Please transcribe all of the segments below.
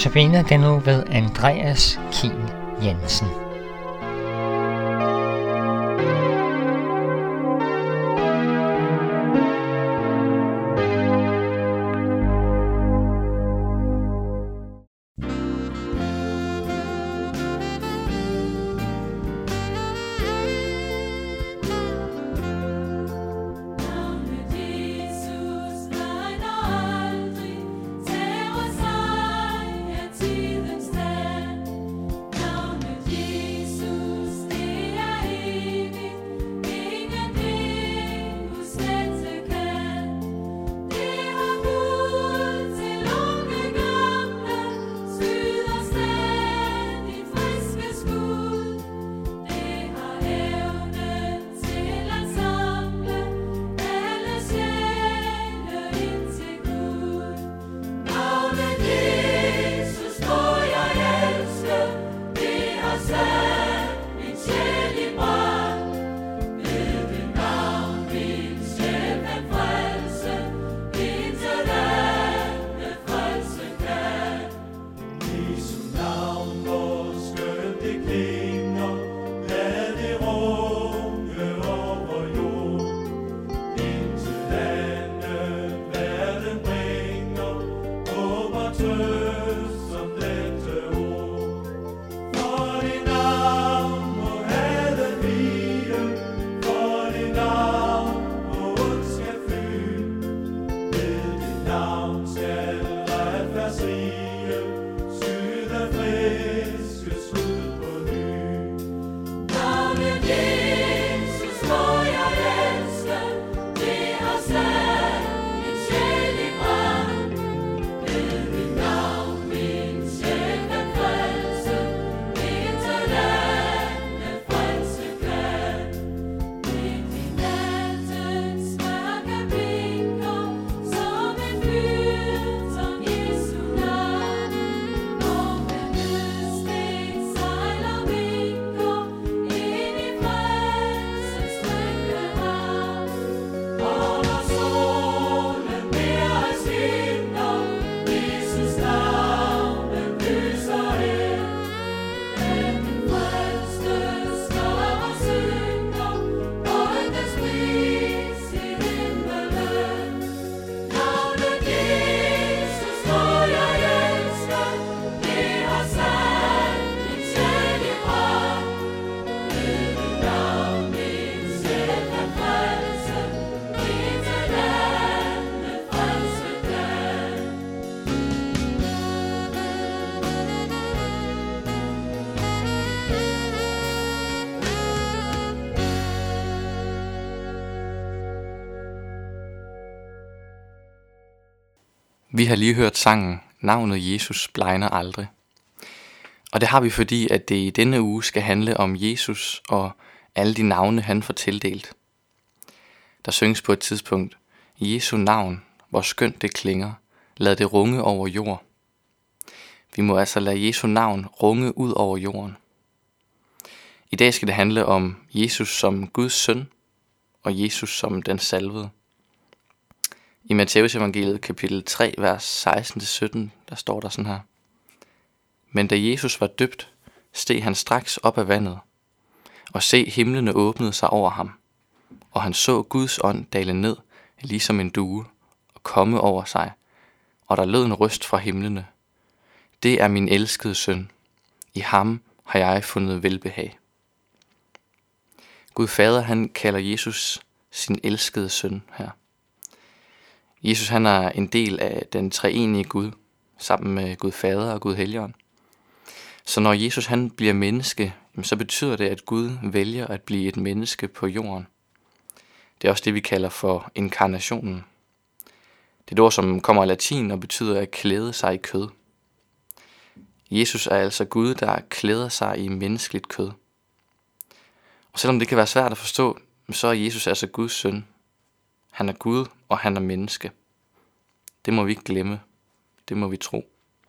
Sabina den nu ved Andreas Kiel Jensen. Vi har lige hørt sangen Navnet Jesus blegner aldrig. Og det har vi, fordi at det i denne uge skal handle om Jesus og alle de navne, han får tildelt. Der synges på et tidspunkt: Jesu navn, hvor skønt det klinger, lad det runge over jord. Vi må altså lade Jesu navn runge ud over jorden. I dag skal det handle om Jesus som Guds søn og Jesus som den salvede. I Matthæus evangeliet kapitel 3, vers 16-17, der står der sådan her: Men da Jesus var døbt, steg han straks op af vandet, og se, himlene åbnede sig over ham, og han så Guds ånd dale ned, ligesom en due, og komme over sig, og der lød en røst fra himlene: Det er min elskede søn, i ham har jeg fundet velbehag. Gud Fader, han kalder Jesus sin elskede søn her. Jesus, han er en del af den treenige Gud, sammen med Gud Fader og Gud Helligånd. Så når Jesus han bliver menneske, så betyder det, at Gud vælger at blive et menneske på jorden. Det er også det, vi kalder for inkarnationen. Det er et ord, som kommer af latin og betyder at klæde sig i kød. Jesus er altså Gud, der klæder sig i menneskeligt kød. Og selvom det kan være svært at forstå, så er Jesus altså Guds søn. Han er Gud, og han er menneske. Det må vi ikke glemme. Det må vi tro.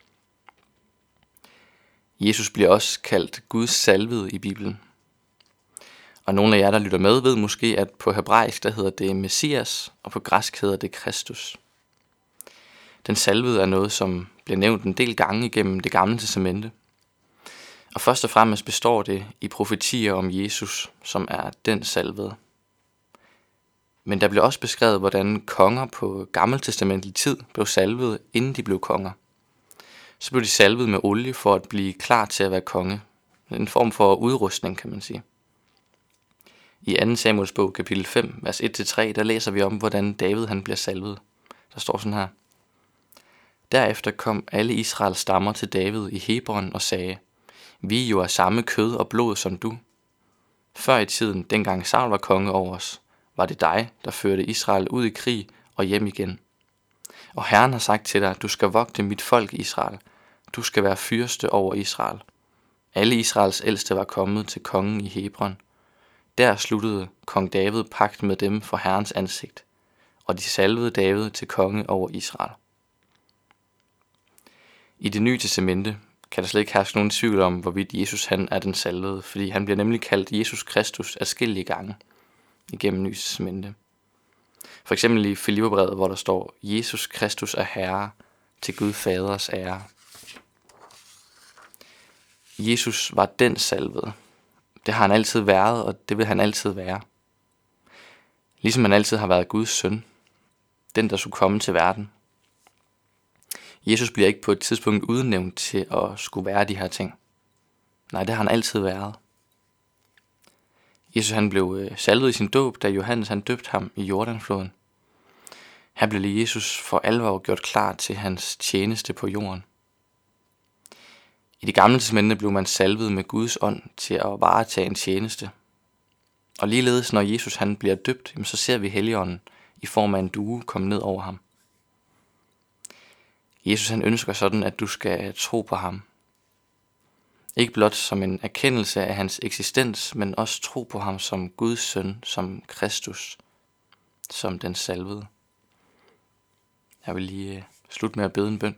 Jesus bliver også kaldt Guds salvede i Bibelen. Og nogle af jer, der lytter med, ved måske, at på hebraisk der hedder det Messias, og på græsk hedder det Kristus. Den salvede er noget, som bliver nævnt en del gange igennem det gamle testamente. Og først og fremmest består det i profetier om Jesus, som er den salvede. Men der bliver også beskrevet, hvordan konger på gammeltestamentlig tid blev salvet, inden de blev konger. Så blev de salvet med olie for at blive klar til at være konge. En form for udrustning, kan man sige. I 2. Samuels bog, kapitel 5, vers 1-3, der læser vi om, hvordan David han bliver salvet. Der står sådan her: Derefter kom alle Israels stammer til David i Hebron og sagde: Vi er jo af samme kød og blod som du. Før i tiden, dengang Saul var konge over os, var det dig, der førte Israel ud i krig og hjem igen. Og Herren har sagt til dig, du skal vogte mit folk Israel. Du skal være fyrste over Israel. Alle Israels ældste var kommet til kongen i Hebron. Der sluttede kong David pagt med dem for Herrens ansigt, og de salvede David til konge over Israel. I det nye testamente kan der slet ikke herske nogen tvivl om, hvorvidt Jesus han er den salvede, fordi han bliver nemlig kaldt Jesus Kristus adskillige gange igennem Nye Testamente. For eksempel i Filipperbrevet, hvor der står: Jesus Kristus er Herre, til Gud Faders ære. Jesus var den salvede. Det har han altid været, og det vil han altid være. Ligesom han altid har været Guds søn, den der skulle komme til verden. Jesus bliver ikke på et tidspunkt udnævnt til at skulle være de her ting. Nej, det har han altid været. Jesus han blev salvet i sin dåb, da Johannes han døbte ham i Jordanfloden. Her blev Jesus for alvor gjort klar til hans tjeneste på jorden. I det gamle testamente blev man salvet med Guds ånd til at varetage en tjeneste. Og ligeledes når Jesus han bliver døbt, så ser vi Helligånden i form af en due komme ned over ham. Jesus han ønsker sådan, at du skal tro på ham. Ikke blot som en erkendelse af hans eksistens, men også tro på ham som Guds søn, som Kristus, som den salvede. Jeg vil lige slutte med at bede en bøn.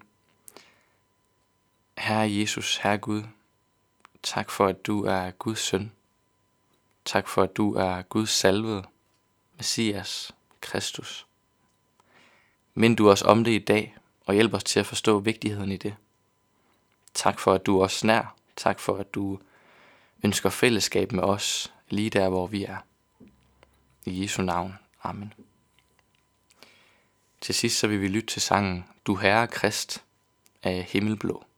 Herre Jesus, Herre Gud, tak for, at du er Guds søn. Tak for, at du er Guds salvede, Messias, Kristus. Mind du os om det i dag, og hjælp os til at forstå vigtigheden i det. Tak for, at du er os nær. Tak for, at du ønsker fællesskab med os, lige der, hvor vi er. I Jesu navn. Amen. Til sidst så vil vi lytte til sangen Du Herre Krist af Himmelblå.